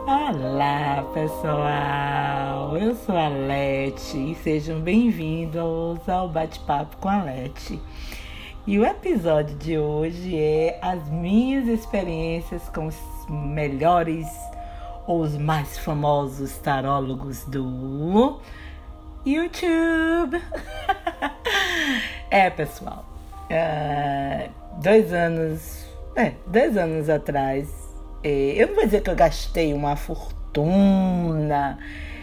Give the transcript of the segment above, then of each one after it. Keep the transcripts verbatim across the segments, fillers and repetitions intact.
Olá, pessoal! Eu sou a Lete e sejam bem-vindos ao Bate-Papo com a Lete. E o episódio de hoje é as minhas experiências com os melhores ou os mais famosos tarólogos do YouTube. É, pessoal, uh, dois anos, é, dois anos atrás, eu não vou dizer que eu gastei uma fortuna,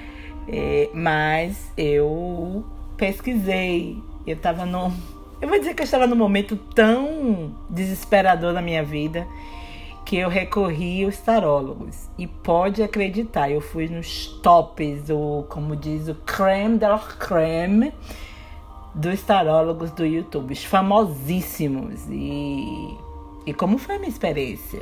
mas eu pesquisei. Eu estava no, eu vou dizer que eu estava num momento tão desesperador na minha vida que eu recorri aos tarólogos. E pode acreditar, eu fui nos tops, o, como diz o creme de la creme dos tarólogos do YouTube, os famosíssimos. E, e como foi a minha experiência?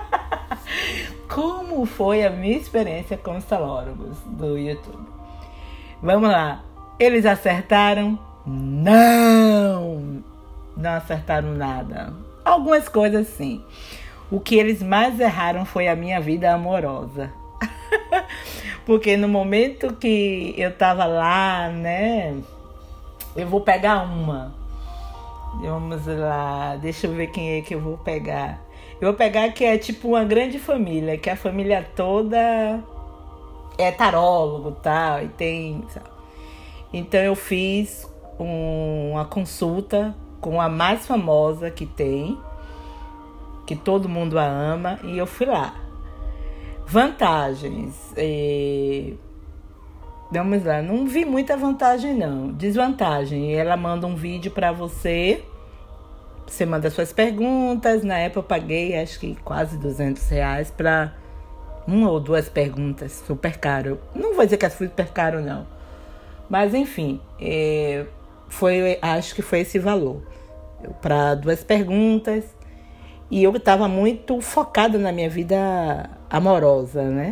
Como foi a minha experiência com os tarólogos do YouTube? Vamos lá. Eles acertaram? Não! Não acertaram nada. Algumas coisas sim. O que eles mais erraram foi a minha vida amorosa. Porque no momento que eu tava lá, né? Eu vou pegar uma. Vamos lá. Deixa eu ver quem é que eu vou pegar. Eu vou pegar que é tipo uma grande família, que a família toda é tarólogo e tal, e tem... Sabe? Então eu fiz um, uma consulta com a mais famosa que tem, que todo mundo a ama, e eu fui lá. Vantagens. E... Vamos lá, não vi muita vantagem não. Desvantagem, ela manda um vídeo pra você... Você manda suas perguntas. Na época eu paguei acho que quase duzentos reais para uma ou duas perguntas. Super caro. Não vou dizer que é super caro não. Mas enfim, é, foi, acho que foi esse valor. Para duas perguntas. E eu estava muito focada na minha vida amorosa, né?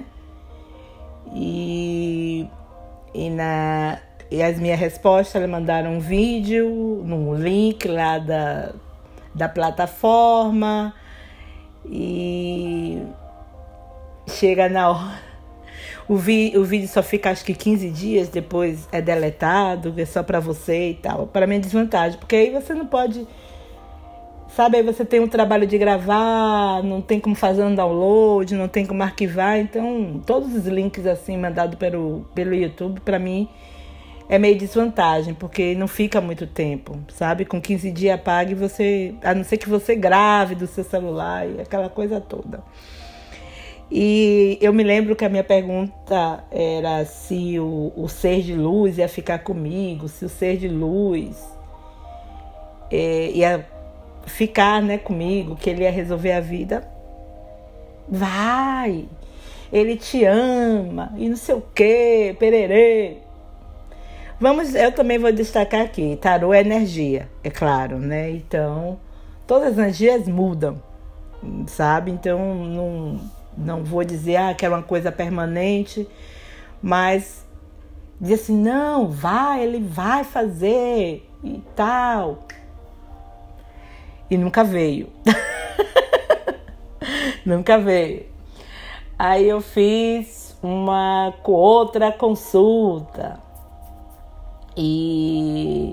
E, e, na, e as minhas respostas, elas mandaram um vídeo, num link lá da... da plataforma, e chega na hora, o, vi, o vídeo só fica acho que quinze dias, depois é deletado, é só pra você e tal. Para mim é desvantagem, porque aí você não pode, sabe, aí você tem um trabalho de gravar, não tem como fazer um download, não tem como arquivar, então todos os links assim mandados pelo, pelo YouTube, pra mim é meio desvantagem, porque não fica muito tempo, sabe? Com quinze dias apaga e você... A não ser que você grave do seu celular e aquela coisa toda. E eu me lembro que a minha pergunta era se o, o ser de luz ia ficar comigo, se o ser de luz é, ia ficar, né, comigo, que ele ia resolver a vida. Vai! Ele te ama e não sei o quê, pererê. Vamos, eu também vou destacar aqui, tarô é energia, é claro, né? Então, todas as energias mudam, sabe? Então, não, não vou dizer ah, que é uma coisa permanente, mas dizer assim, não, vai, ele vai fazer e tal. E nunca veio. Nunca veio. Aí eu fiz uma outra consulta. E,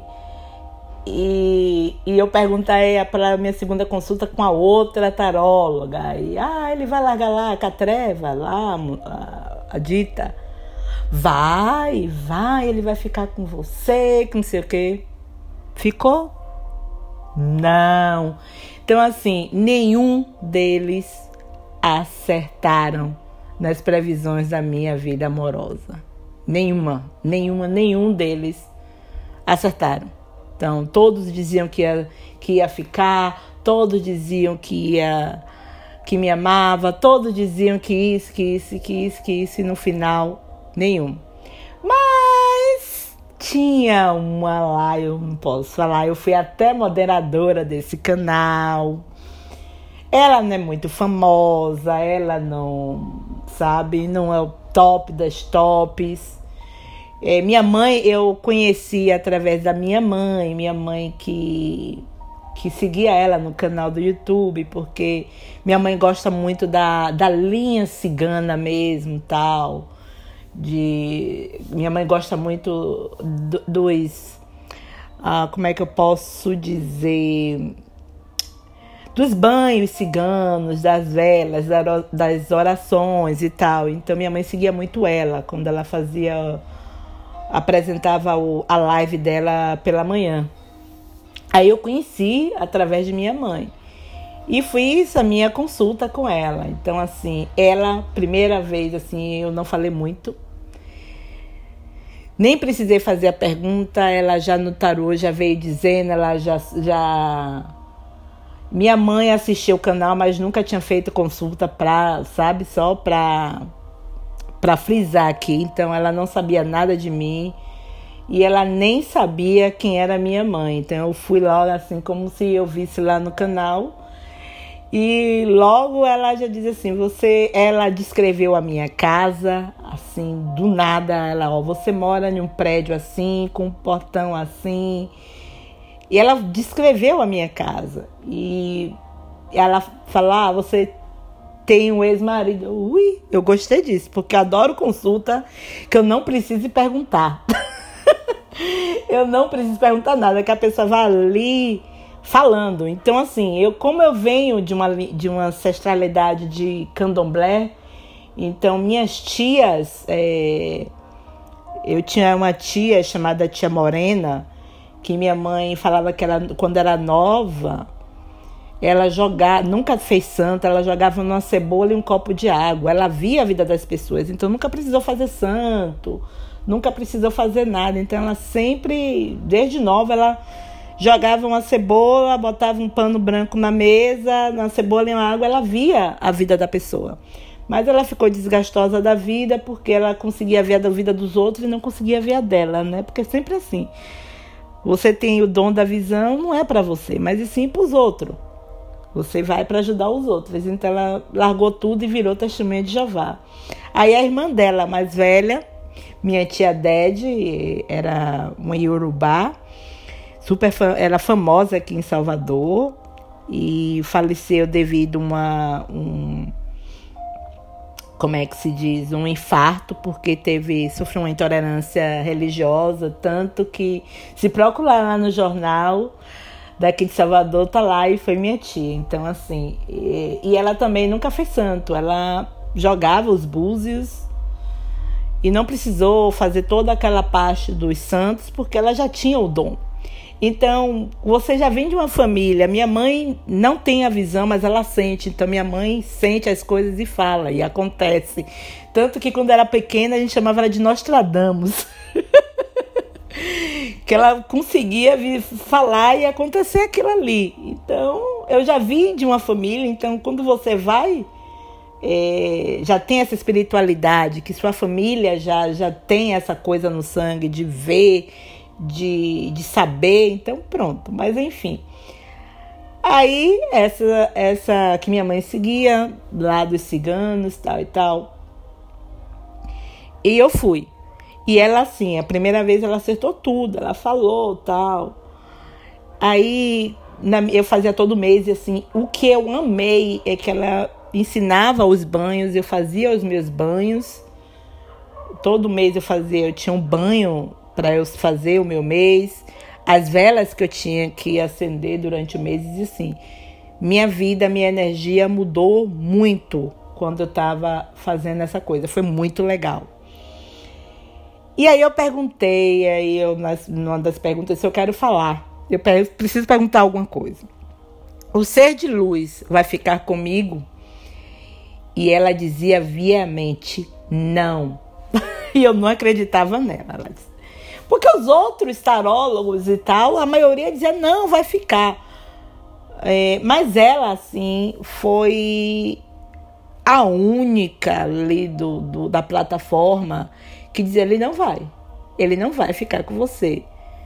e, e eu perguntei para a minha segunda consulta com a outra taróloga. E, ah, ele vai largar lá com a treva, lá, a, a dita. Vai, vai, ele vai ficar com você, que não sei o quê. Ficou? Não. Então, assim, nenhum deles acertaram nas previsões da minha vida amorosa. Nenhuma, nenhuma, nenhum deles acertaram. Então, todos diziam que ia, que ia ficar, todos diziam que ia, que me amava, todos diziam que isso, que isso, que isso, que isso, e no final, nenhum. Mas tinha uma lá, eu não posso falar, eu fui até moderadora desse canal. Ela não é muito famosa, ela não, sabe, não é o top das tops. É, minha mãe, eu conheci através da minha mãe, minha mãe que que seguia ela no canal do YouTube, porque minha mãe gosta muito da, da linha cigana mesmo, tal. De, minha mãe gosta muito do, dos... Ah, como é que eu posso dizer... dos banhos ciganos, das velas, das orações e tal. Então minha mãe seguia muito ela, quando ela fazia... apresentava o, a live dela pela manhã. Aí eu conheci através de minha mãe. E fiz a minha consulta com ela. Então, assim, ela, primeira vez, assim, eu não falei muito. Nem precisei fazer a pergunta, ela já no tarô já veio dizendo, ela já... já... Minha mãe assistiu o canal, mas nunca tinha feito consulta pra, sabe, só pra, pra frisar aqui. Então, ela não sabia nada de mim. E ela nem sabia quem era minha mãe. Então eu fui logo assim, como se eu visse lá no canal. E logo ela já diz assim, você, ela descreveu a minha casa, assim, do nada. Ela, ó, você mora em um prédio assim, com um portão assim. E ela descreveu a minha casa. E ela falou, ah, você tem um ex-marido. Ui, eu gostei disso, porque eu adoro consulta que eu não preciso perguntar. Eu não preciso perguntar nada, que a pessoa vai ali falando. Então, assim, eu, como eu venho de uma, de uma ancestralidade de candomblé, então minhas tias, é, eu tinha uma tia chamada Tia Morena, que minha mãe falava que ela, quando era nova, ela jogava, nunca fez santo, ela jogava numa cebola e um copo de água. Ela via a vida das pessoas, então nunca precisou fazer santo. Nunca precisou fazer nada, então ela sempre, desde nova, ela jogava uma cebola, botava um pano branco na mesa, na cebola e uma água, ela via a vida da pessoa. Mas ela ficou desgastosa da vida porque ela conseguia ver a vida dos outros e não conseguia ver a dela, né? Porque é sempre assim, você tem o dom da visão, não é para você, mas e sim para os outros. Você vai para ajudar os outros. Então ela largou tudo e virou testemunha de Jeová. Aí a irmã dela, mais velha, minha tia Dede, era uma iorubá, super, era famosa aqui em Salvador e faleceu devido a uma, um, como é que se diz, um infarto, porque teve, sofreu uma intolerância religiosa, tanto que se procurar lá no jornal daqui de Salvador, tá lá e foi minha tia. Então, assim, e, e ela também nunca fez santo, ela jogava os búzios, e não precisou fazer toda aquela parte dos santos, porque ela já tinha o dom. Então, você já vem de uma família. Minha mãe não tem a visão, mas ela sente. Então, minha mãe sente as coisas e fala, e acontece. Tanto que, quando era pequena, a gente chamava ela de Nostradamus. Que ela conseguia vir falar e acontecer aquilo ali. Então, eu já vim de uma família. Então, quando você vai... É, já tem essa espiritualidade, que sua família já, já tem essa coisa no sangue de ver, de, de saber, então pronto. Mas enfim, aí essa, essa que minha mãe seguia, lá dos ciganos, tal e tal, e eu fui. E ela assim, a primeira vez ela acertou tudo, ela falou, tal. Aí na, eu fazia todo mês, e assim, o que eu amei é que ela ensinava os banhos, eu fazia os meus banhos. Todo mês eu fazia, eu tinha um banho para eu fazer o meu mês. As velas que eu tinha que acender durante o mês, e assim, minha vida, minha energia mudou muito quando eu estava fazendo essa coisa. Foi muito legal. E aí eu perguntei, aí eu, numa das perguntas, se eu quero falar. Eu preciso perguntar alguma coisa. O ser de luz vai ficar comigo? E ela dizia viamente, não. E eu não acreditava nela. Ela disse, porque os outros tarólogos e tal, a maioria dizia, não, vai ficar. É, mas ela, assim, foi a única ali do, do, da plataforma que dizia, ele não vai. Ele não vai ficar com você.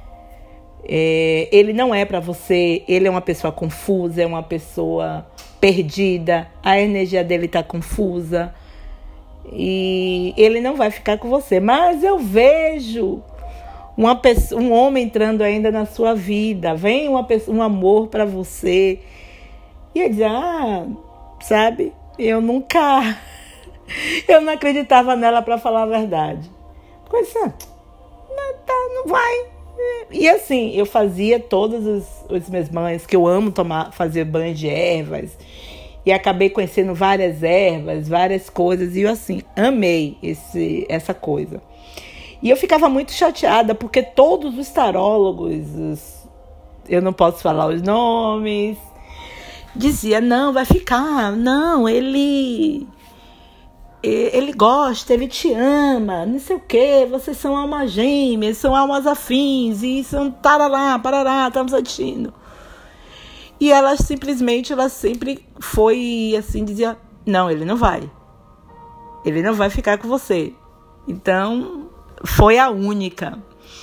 É, ele não é para você, ele é uma pessoa confusa, é uma pessoa perdida, a energia dele tá confusa e ele não vai ficar com você. Mas eu vejo uma pessoa, um homem entrando ainda na sua vida, vem uma pessoa, um amor para você. E eu dizia, ah, sabe, eu nunca, eu não acreditava nela, para falar a verdade. Coisa, não, tá, não vai. E assim, eu fazia todos os, os meus banhos, que eu amo tomar, fazer banho de ervas. E acabei conhecendo várias ervas, várias coisas. E eu, assim, amei esse, essa coisa. E eu ficava muito chateada, porque todos os tarólogos, os, eu não posso falar os nomes, dizia, não, vai ficar, não, ele... Ele gosta, ele te ama, não sei o quê, vocês são almas gêmeas, são almas afins, e são tarará, parará, estamos assistindo. E ela simplesmente, ela sempre foi assim, dizia, não, ele não vai. Ele não vai ficar com você. Então, foi a única.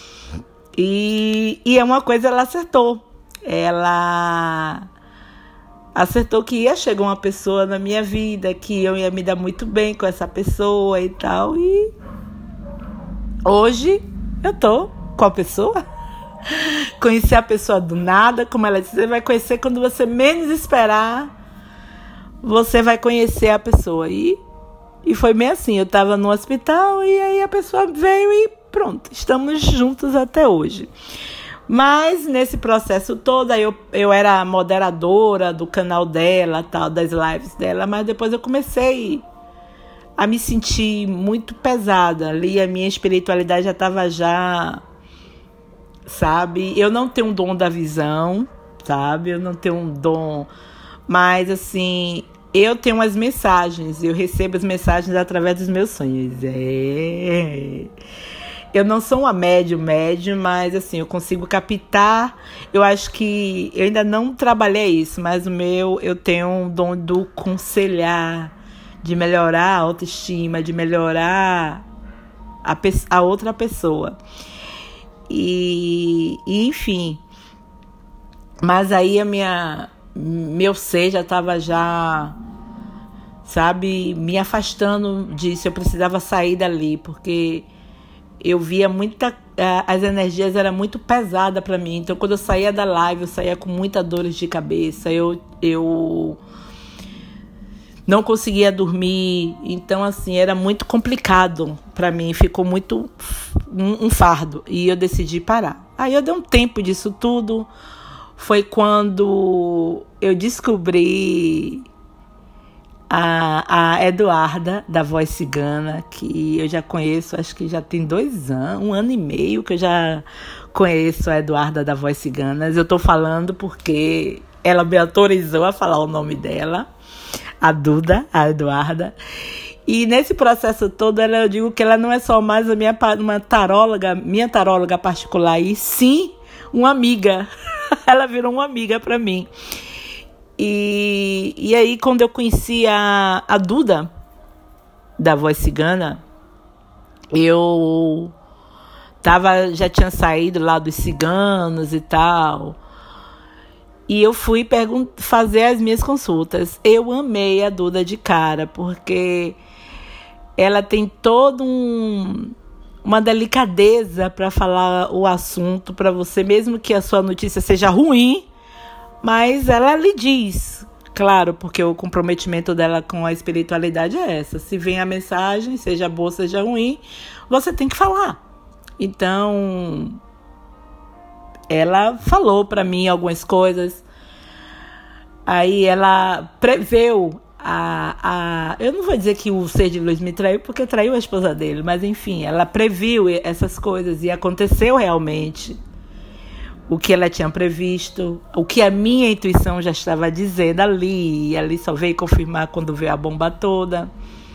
E, e é uma coisa, ela acertou. Ela... acertou que ia chegar uma pessoa na minha vida, que eu ia me dar muito bem com essa pessoa e tal. E hoje eu tô com a pessoa. Conheci a pessoa do nada, como ela disse, você vai conhecer quando você menos esperar. Você vai conhecer a pessoa. E, e foi bem assim, eu tava no hospital e aí a pessoa veio e pronto, estamos juntos até hoje. Mas nesse processo todo, aí eu, eu era moderadora do canal dela, tal, das lives dela, mas depois eu comecei a me sentir muito pesada. Ali a minha espiritualidade já estava já, sabe? Eu não tenho um dom da visão, sabe? Eu não tenho um dom, mas assim, eu tenho as mensagens, eu recebo as mensagens através dos meus sonhos. É... Eu não sou uma médium, médium, mas assim, eu consigo captar. Eu acho que eu ainda não trabalhei isso, mas o meu, eu tenho um dom do conselhar, de melhorar a autoestima, de melhorar a, a outra pessoa. E, e enfim. Mas aí a minha, meu ser já estava já, sabe, me afastando disso. Eu precisava sair dali, porque eu via muita... As energias eram muito pesadas para mim. Então, quando eu saía da live, eu saía com muita dores de cabeça. Eu, eu não conseguia dormir. Então, assim, era muito complicado para mim. Ficou muito um, um fardo. E eu decidi parar. Aí eu dei um tempo disso tudo. Foi quando eu descobri A, a Eduarda, da Voz Cigana, que eu já conheço, acho que já tem dois anos, um ano e meio que eu já conheço a Eduarda da Voz Cigana. Eu tô falando porque ela me autorizou a falar o nome dela, a Duda, a Eduarda. E nesse processo todo, ela, eu digo que ela não é só mais a minha uma taróloga, minha taróloga particular, e sim uma amiga. Ela virou uma amiga para mim. E, e aí, quando eu conheci a, a Duda, da Voz Cigana, eu tava, já tinha saído lá dos ciganos e tal. E eu fui pergun- fazer as minhas consultas. Eu amei a Duda de cara, porque ela tem todo um... uma delicadeza para falar o assunto para você, mesmo que a sua notícia seja ruim, mas ela lhe diz, claro, porque o comprometimento dela com a espiritualidade é essa. Se vem a mensagem, seja boa, seja ruim, você tem que falar. Então, ela falou para mim algumas coisas. Aí ela preveu a, a... Eu não vou dizer que o ser de luz me traiu, porque traiu a esposa dele, mas enfim, ela previu essas coisas e aconteceu realmente o que ela tinha previsto, o que a minha intuição já estava dizendo ali, e ali só veio confirmar quando veio a bomba toda.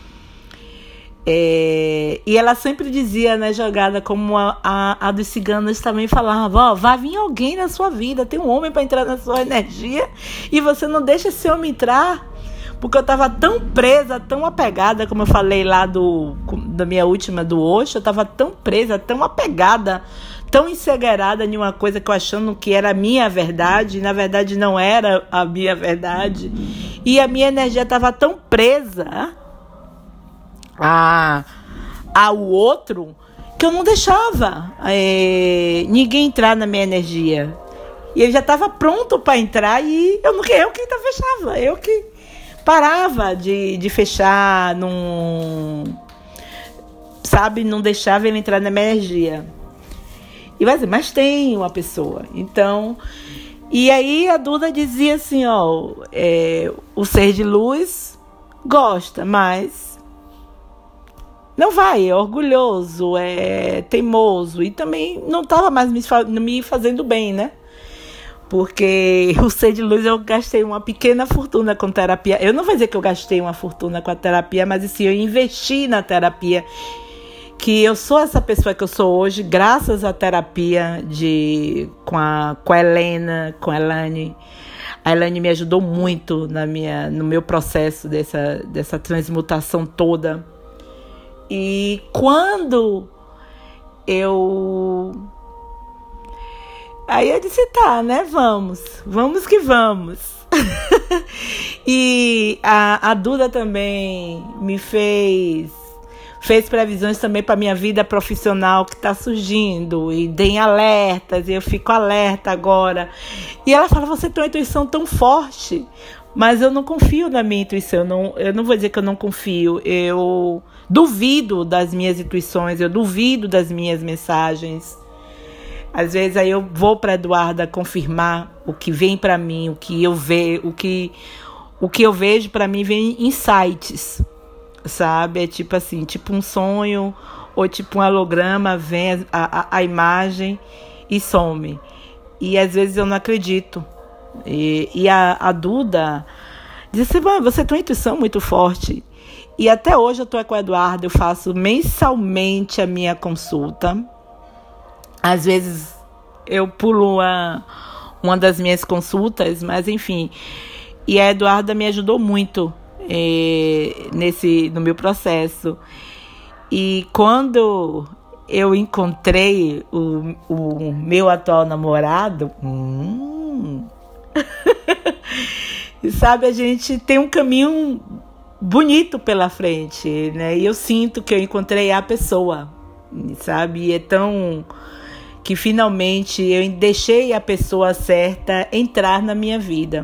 É, e ela sempre dizia, né, jogada, como a, a, a dos ciganos também falava, ó, vai vir alguém na sua vida, tem um homem para entrar na sua energia, e você não deixa esse homem entrar, porque eu estava tão presa, tão apegada, como eu falei lá do, da minha última, do Osho, eu estava tão presa, tão apegada, tão encegueirada em uma coisa que eu achando que era a minha verdade, e na verdade não era a minha verdade, e a minha energia estava tão presa a, ao outro, que eu não deixava é, ninguém entrar na minha energia. E ele já estava pronto para entrar e eu, não, eu que fechava, eu que parava de, de fechar, não, sabe, não deixava ele entrar na minha energia. E vai dizer, mas tem uma pessoa. Então, e aí a Duda dizia assim, ó, é, o ser de luz gosta, mas não vai, é orgulhoso, é teimoso. E também não estava mais me, me fazendo bem, né? Porque o ser de luz eu gastei uma pequena fortuna com terapia. Eu não vou dizer que eu gastei uma fortuna com a terapia, mas assim, eu investi na terapia. Que eu sou essa pessoa que eu sou hoje, graças à terapia de, com, a, com a Helena, com a Elane. A Elane me ajudou muito na minha, no meu processo dessa, dessa transmutação toda. E quando eu... Aí eu disse, tá, né, vamos, vamos que vamos. E a, a Duda também me fez, fez previsões também para minha vida profissional que está surgindo. E deem alertas, e eu fico alerta agora. E ela fala, você tem uma intuição tão forte, mas eu não confio na minha intuição. Eu não, eu não vou dizer que eu não confio, eu duvido das minhas intuições, eu duvido das minhas mensagens. Às vezes aí eu vou para a Eduarda confirmar o que vem para mim, o que eu vejo, o que, o que eu vejo para mim vem insights, sabe? É tipo assim, tipo um sonho ou tipo um holograma, vem a, a, a imagem e some. E às vezes eu não acredito. E, e a, a Duda disse, você tem uma intuição muito forte. E até hoje eu estou com a Eduarda, eu faço mensalmente a minha consulta. Às vezes eu pulo uma, uma das minhas consultas, mas enfim. E a Eduarda me ajudou muito eh, nesse, no meu processo. E quando eu encontrei o, o meu atual namorado, hum, sabe, a gente tem um caminho bonito pela frente, né? E eu sinto que eu encontrei a pessoa, sabe? E é tão... que finalmente eu deixei a pessoa certa entrar na minha vida.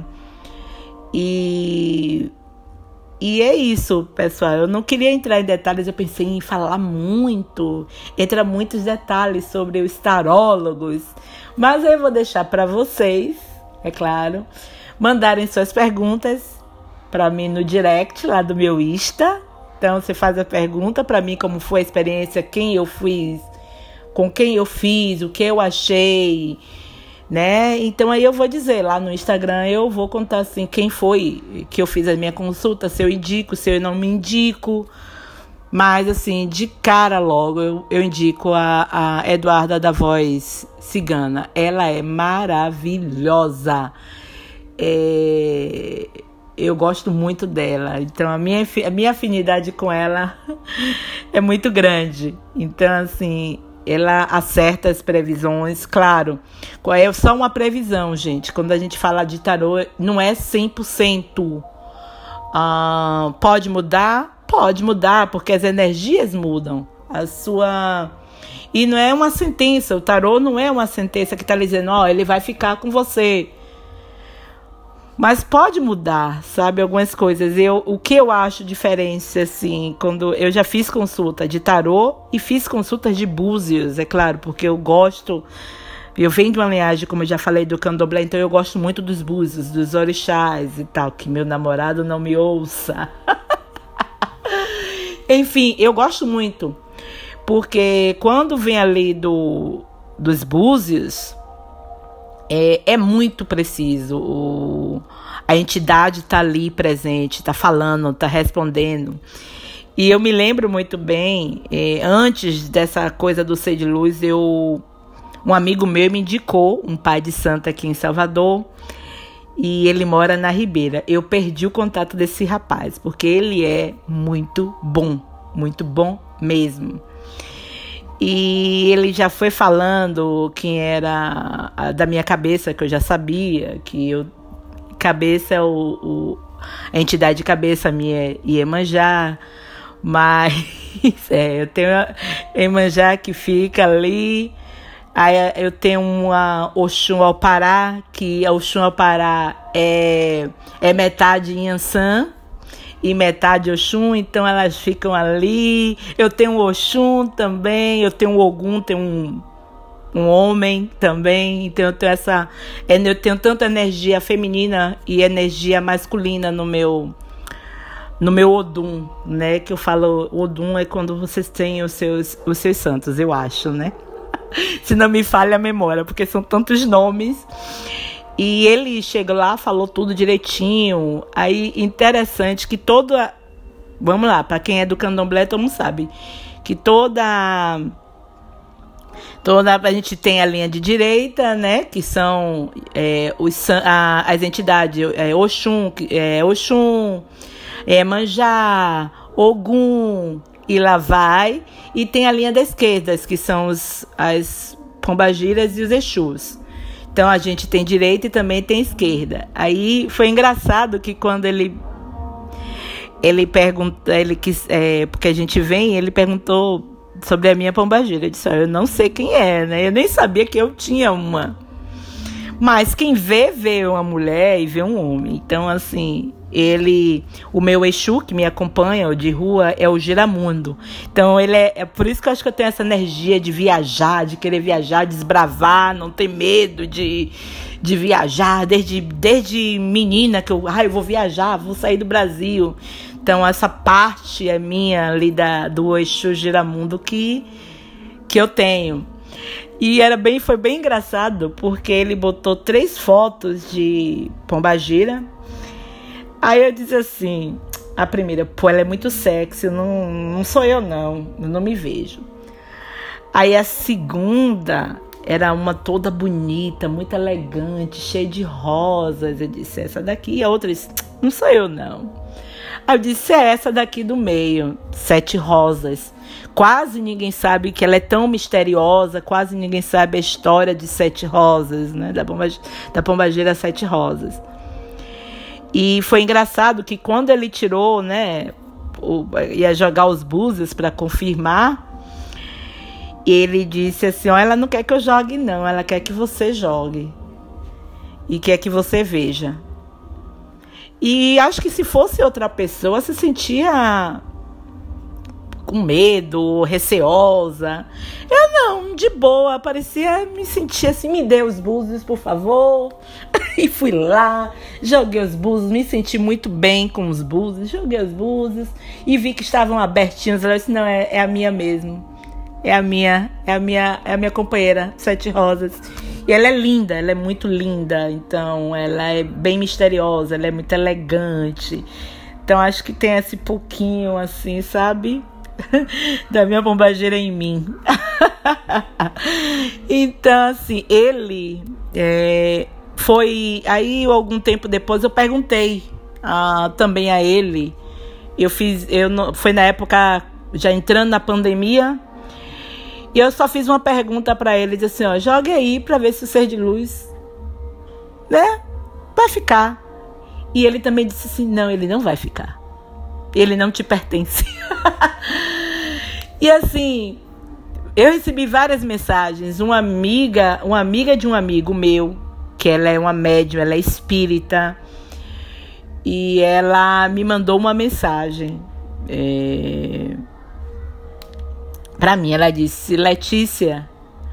E, e é isso, pessoal. Eu não queria entrar em detalhes, eu pensei em falar muito, entrar muitos detalhes sobre os tarólogos, mas eu vou deixar para vocês, é claro, mandarem suas perguntas para mim no direct lá do meu Insta. Então você faz a pergunta para mim, como foi a experiência, quem eu fiz, com quem eu fiz, o que eu achei, né? Então aí eu vou dizer, lá no Instagram eu vou contar assim, quem foi que eu fiz a minha consulta, se eu indico, se eu não me indico. Mas assim, de cara logo, eu, eu indico a, a Eduarda da Voz Cigana. Ela é maravilhosa. É... Eu gosto muito dela. Então a minha, a minha afinidade com ela é muito grande. Então assim... ela acerta as previsões, claro. É só uma previsão, gente. Quando a gente fala de tarô, não é cem por cento. Ah, pode mudar? Pode mudar, porque as energias mudam. A sua... E não é uma sentença. O tarô não é uma sentença que está dizendo, ó, oh, ele vai ficar com você. Mas pode mudar, sabe, algumas coisas. Eu, o que eu acho diferença, assim, quando eu já fiz consulta de tarô e fiz consultas de búzios, é claro, porque eu gosto, eu venho de uma linhagem, como eu já falei, do candomblé, então eu gosto muito dos búzios, dos orixás e tal, que meu namorado não me ouça. Enfim, eu gosto muito, porque quando vem ali do, dos búzios... É, é muito preciso, o, a entidade está ali presente, está falando, está respondendo. E eu me lembro muito bem, é, antes dessa coisa do ser de luz, eu, um amigo meu me indicou um pai de santo aqui em Salvador, e ele mora na Ribeira. Eu perdi o contato desse rapaz, porque ele é muito bom, muito bom mesmo. E ele já foi falando quem era a, da minha cabeça, que eu já sabia, que eu, cabeça, o, o, a entidade de cabeça minha é Iemanjá, Mas é, eu tenho a Iemanjá que fica ali. Aí eu tenho uma Oxum Alpará, que a Oxum Alpará é, é metade Inhansã e metade Oxum, então elas ficam ali. Eu tenho o Oxum também, eu tenho o Ogum, tenho um, um homem também, então eu tenho essa, eu tenho tanta energia feminina e energia masculina no meu, no meu Odum, né? Que eu falo, Odum é quando vocês têm os seus, os seus santos, eu acho, né? Se não me falha a memória, porque são tantos nomes. E ele chegou lá, falou tudo direitinho. Aí, interessante que toda... Vamos lá, para quem é do candomblé, todo mundo sabe. Que toda... Toda a gente tem a linha de direita, né? Que são é, os, a, as entidades é, Oxum, é, Oxum, é, Manjá, Ogum... E lá vai. E tem a linha da esquerda, que são os, as pombagiras e os exus. Então a gente tem direita e também tem esquerda. Aí foi engraçado que quando ele ele perguntou, ele quis, é, porque a gente vem, ele perguntou sobre a minha pombagira. Eu disse, eu não sei quem é, né? Eu nem sabia que eu tinha uma. Mas quem vê, vê uma mulher e vê um homem. Então, assim, ele... O meu Exu, que me acompanha, o de rua, é o Giramundo. Então, ele é... É por isso que eu acho que eu tenho essa energia de viajar, de querer viajar, desbravar, não ter medo de, de viajar. Desde, desde menina que eu... Ah, eu vou viajar, vou sair do Brasil. Então, essa parte é minha ali da, do Exu Giramundo que, que eu tenho. E era bem, foi bem engraçado, porque ele botou três fotos de pombagira. Aí eu disse assim, a primeira, pô, ela é muito sexy, não, não sou eu não, eu não me vejo. Aí a segunda era uma toda bonita, muito elegante, cheia de rosas. Eu disse, essa daqui. E a outra disse, não sou eu não. Aí eu disse, é essa daqui do meio, sete rosas. Quase ninguém sabe que ela é tão misteriosa, quase ninguém sabe a história de Sete Rosas, né? Da, pomba, da pombagira Sete Rosas. E foi engraçado que quando ele tirou, né, o, ia jogar os búzios para confirmar, ele disse assim, ó, ela não quer que eu jogue não, ela quer que você jogue. E quer que você veja. E acho que se fosse outra pessoa, se sentia... com medo, receosa. Eu não, de boa, parecia, me sentia assim, me dê os búzios, por favor. E fui lá, joguei os búzios, me senti muito bem com os búzios, joguei os búzios e vi que estavam abertinhos. Eu disse, não, é, é a minha mesmo. É a minha, é a minha, é a minha companheira, Sete Rosas. E ela é linda, ela é muito linda, então ela é bem misteriosa, ela é muito elegante. Então acho que tem esse pouquinho assim, sabe? Da minha pombagira em mim. Então, assim, ele é, foi. Aí, algum tempo depois, eu perguntei ah, também a ele. Eu fiz. Eu não, foi na época, já entrando na pandemia. E eu só fiz uma pergunta pra ele: disse assim, ó, jogue aí pra ver se o ser de luz, né, vai ficar. E ele também disse assim: não, ele não vai ficar. Ele não te pertence. E assim, eu recebi várias mensagens. Uma amiga, uma amiga de um amigo meu, que ela é uma médium, ela é espírita, e ela me mandou uma mensagem é, para mim. Ela disse: Letícia,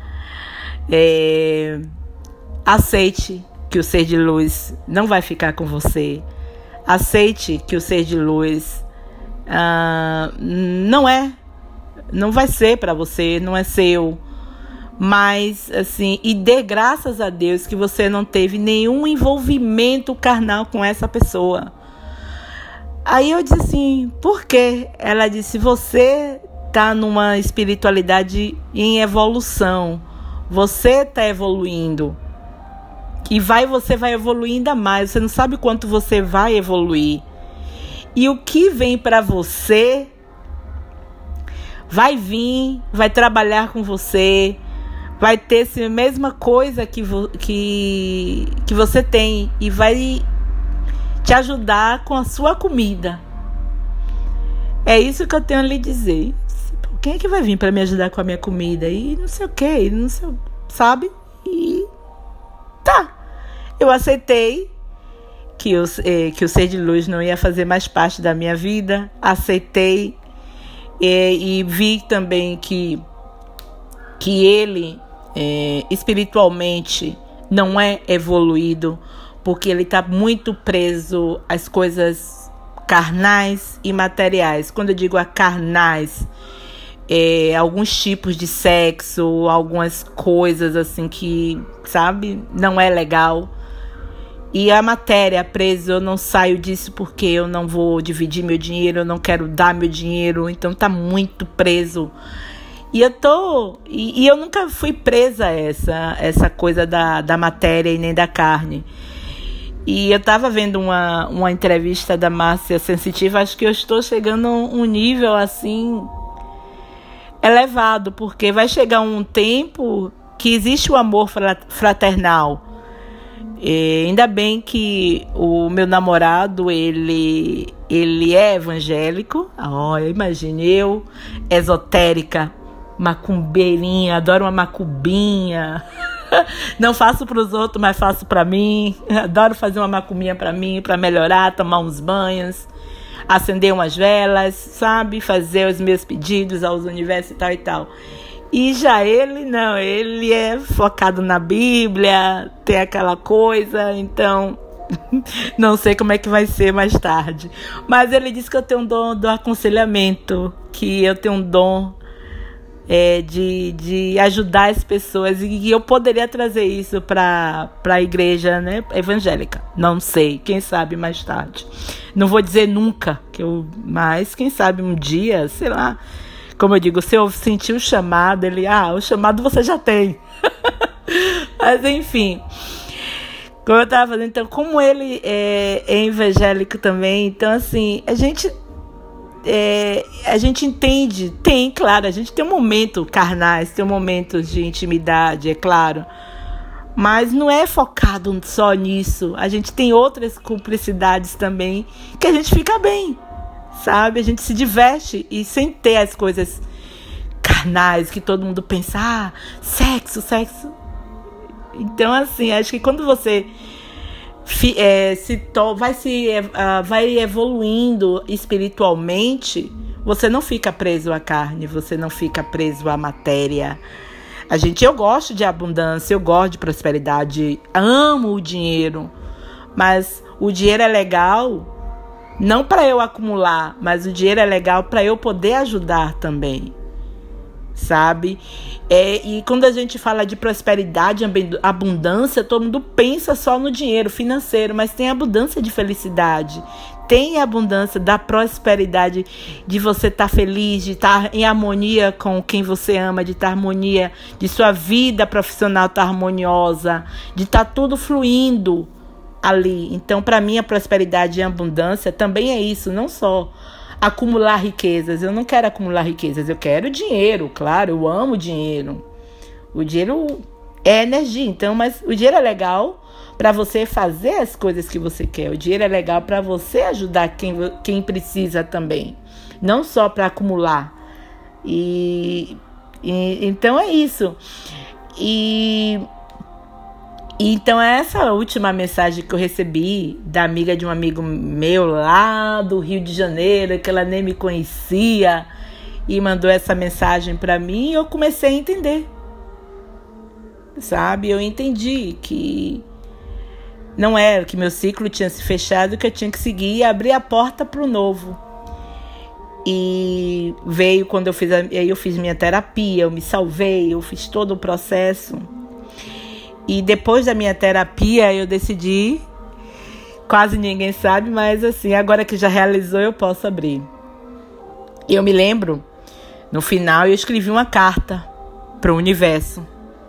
é, aceite que o ser de luz não vai ficar com você. Aceite que o ser de luz Ah, não é, não vai ser para você, não é seu, mas assim, e dê graças a Deus que você não teve nenhum envolvimento carnal com essa pessoa. Aí eu disse assim, por quê? Ela disse, você tá numa espiritualidade em evolução, você tá evoluindo, e vai, você vai evoluir ainda mais, você não sabe quanto você vai evoluir. E o que vem para você vai vir, vai trabalhar com você, vai ter a mesma coisa que, vo, que, que você tem e vai te ajudar com a sua comida. É isso que eu tenho a lhe dizer. Quem é que vai vir para me ajudar com a minha comida? E não sei o que, não sei, sabe? E tá. Eu aceitei que, eu, eh, que o ser de luz não ia fazer mais parte da minha vida. Aceitei eh, e vi também que, que ele eh, espiritualmente não é evoluído, porque ele está muito preso às coisas carnais e materiais. Quando eu digo a carnais, é, alguns tipos de sexo, algumas coisas assim que, sabe, não é legal. E a matéria presa, eu não saio disso porque eu não vou dividir meu dinheiro, eu não quero dar meu dinheiro, então tá muito preso. E eu tô. E, e eu nunca fui presa a essa, essa coisa da, da matéria e nem da carne. E eu tava vendo uma, uma entrevista da Márcia Sensitiva, acho que eu estou chegando a um nível assim elevado, porque vai chegar um tempo que existe o amor fraternal. E ainda bem que o meu namorado, ele, ele é evangélico. Oh, imagine eu, esotérica, macumbeirinha, adoro uma macumbinha. Não faço para os outros, mas faço para mim. Adoro fazer uma macumbinha para mim, para melhorar, tomar uns banhos, acender umas velas, sabe? Fazer os meus pedidos aos universos e tal e tal. E já ele, não, ele é focado na Bíblia, tem aquela coisa, então não sei como é que vai ser mais tarde. Mas ele disse que eu tenho um dom do aconselhamento, que eu tenho um dom é, de, de ajudar as pessoas, e eu poderia trazer isso para a igreja, né, evangélica. Não sei, quem sabe mais tarde. Não vou dizer nunca, que eu, mas quem sabe um dia, sei lá. Como eu digo, se eu sentir o chamado, ele, ah, o chamado você já tem. Mas enfim, como eu estava falando, então, como ele é, é evangélico também, então assim, a gente, é, a gente entende, tem, claro, a gente tem um momento carnais, tem um momento de intimidade, é claro, mas não é focado só nisso. A gente tem outras cumplicidades também, que a gente fica bem. Sabe, a gente se diverte e sem ter as coisas carnais que todo mundo pensa, ah, sexo, sexo. Então, assim, acho que quando você fi, é, se to, vai, se, uh, vai evoluindo espiritualmente, você não fica preso à carne, você não fica preso à matéria. A gente, eu gosto de abundância, eu gosto de prosperidade, amo o dinheiro, mas o dinheiro é legal. Não para eu acumular, mas o dinheiro é legal para eu poder ajudar também, sabe? É, e quando a gente fala de prosperidade, abundância, todo mundo pensa só no dinheiro financeiro, mas tem abundância de felicidade, tem abundância da prosperidade, de você estar feliz, de estar em harmonia com quem você ama, de estar em harmonia, de sua vida profissional estar harmoniosa, de estar tudo fluindo ali. Então, para mim, a prosperidade e a abundância também é isso, não só acumular riquezas. Eu não quero acumular riquezas, eu quero dinheiro, claro, eu amo dinheiro. O dinheiro é energia, então, mas o dinheiro é legal para você fazer as coisas que você quer. O dinheiro é legal para você ajudar quem, quem precisa também, não só para acumular. E, e então é isso. E Então, essa última mensagem que eu recebi da amiga de um amigo meu lá do Rio de Janeiro, que ela nem me conhecia, e mandou essa mensagem para mim, e eu comecei a entender. Sabe? Eu entendi que não era, que meu ciclo tinha se fechado, que eu tinha que seguir e abrir a porta para o novo. E veio quando eu fiz, a, eu fiz minha terapia, eu me salvei, eu fiz todo o processo. E depois da minha terapia, eu decidi, quase ninguém sabe, mas assim, agora que já realizou, eu posso abrir. Eu me lembro, no final, eu escrevi uma carta para o universo.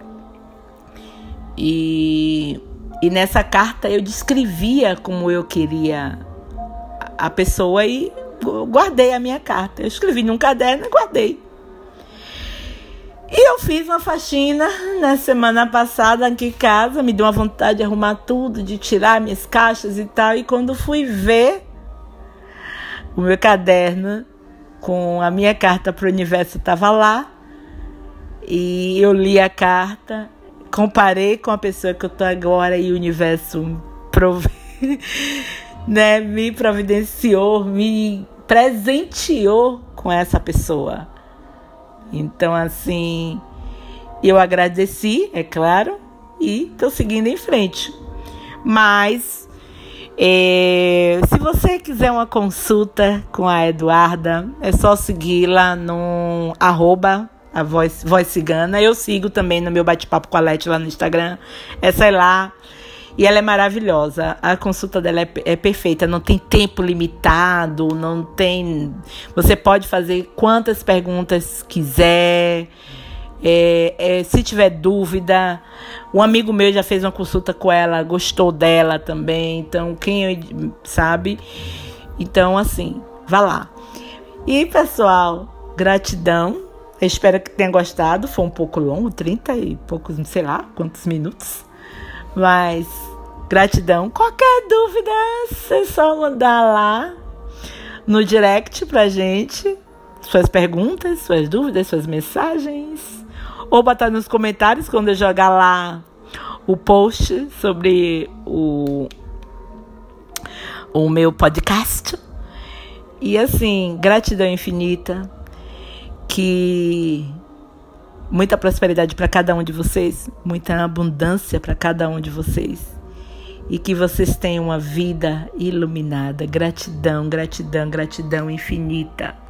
E, e nessa carta eu descrevia como eu queria a pessoa e guardei a minha carta. Eu escrevi num caderno e guardei. E eu fiz uma faxina na semana passada aqui em casa, me deu uma vontade de arrumar tudo, de tirar minhas caixas e tal. E quando fui ver, o meu caderno com a minha carta para o universo, estava lá. E eu li a carta, comparei com a pessoa que eu tô agora e o universo prove... né, me providenciou, me presenteou com essa pessoa. Então, assim, eu agradeci, é claro, e tô seguindo em frente. Mas, é, se você quiser uma consulta com a Eduarda, é só segui-la no arroba a voz, voz cigana. Eu sigo também no meu bate-papo com a Leti lá no Instagram. É, sei lá. E ela é maravilhosa. A consulta dela é, é perfeita. Não tem tempo limitado. Não tem... Você pode fazer quantas perguntas quiser. É, é, se tiver dúvida... Um amigo meu já fez uma consulta com ela. Gostou dela também. Então, quem sabe... Então, assim, vá lá. E, pessoal, gratidão. Eu espero que tenha gostado. Foi um pouco longo, trinta e poucos, sei lá, quantos minutos. Mas, gratidão. Qualquer dúvida, é só mandar lá no direct pra gente. Suas perguntas, suas dúvidas, suas mensagens. Ou botar nos comentários quando eu jogar lá o post sobre o, o meu podcast. E assim, gratidão infinita. Que muita prosperidade para cada um de vocês, muita abundância para cada um de vocês e que vocês tenham uma vida iluminada. Gratidão, gratidão, gratidão infinita.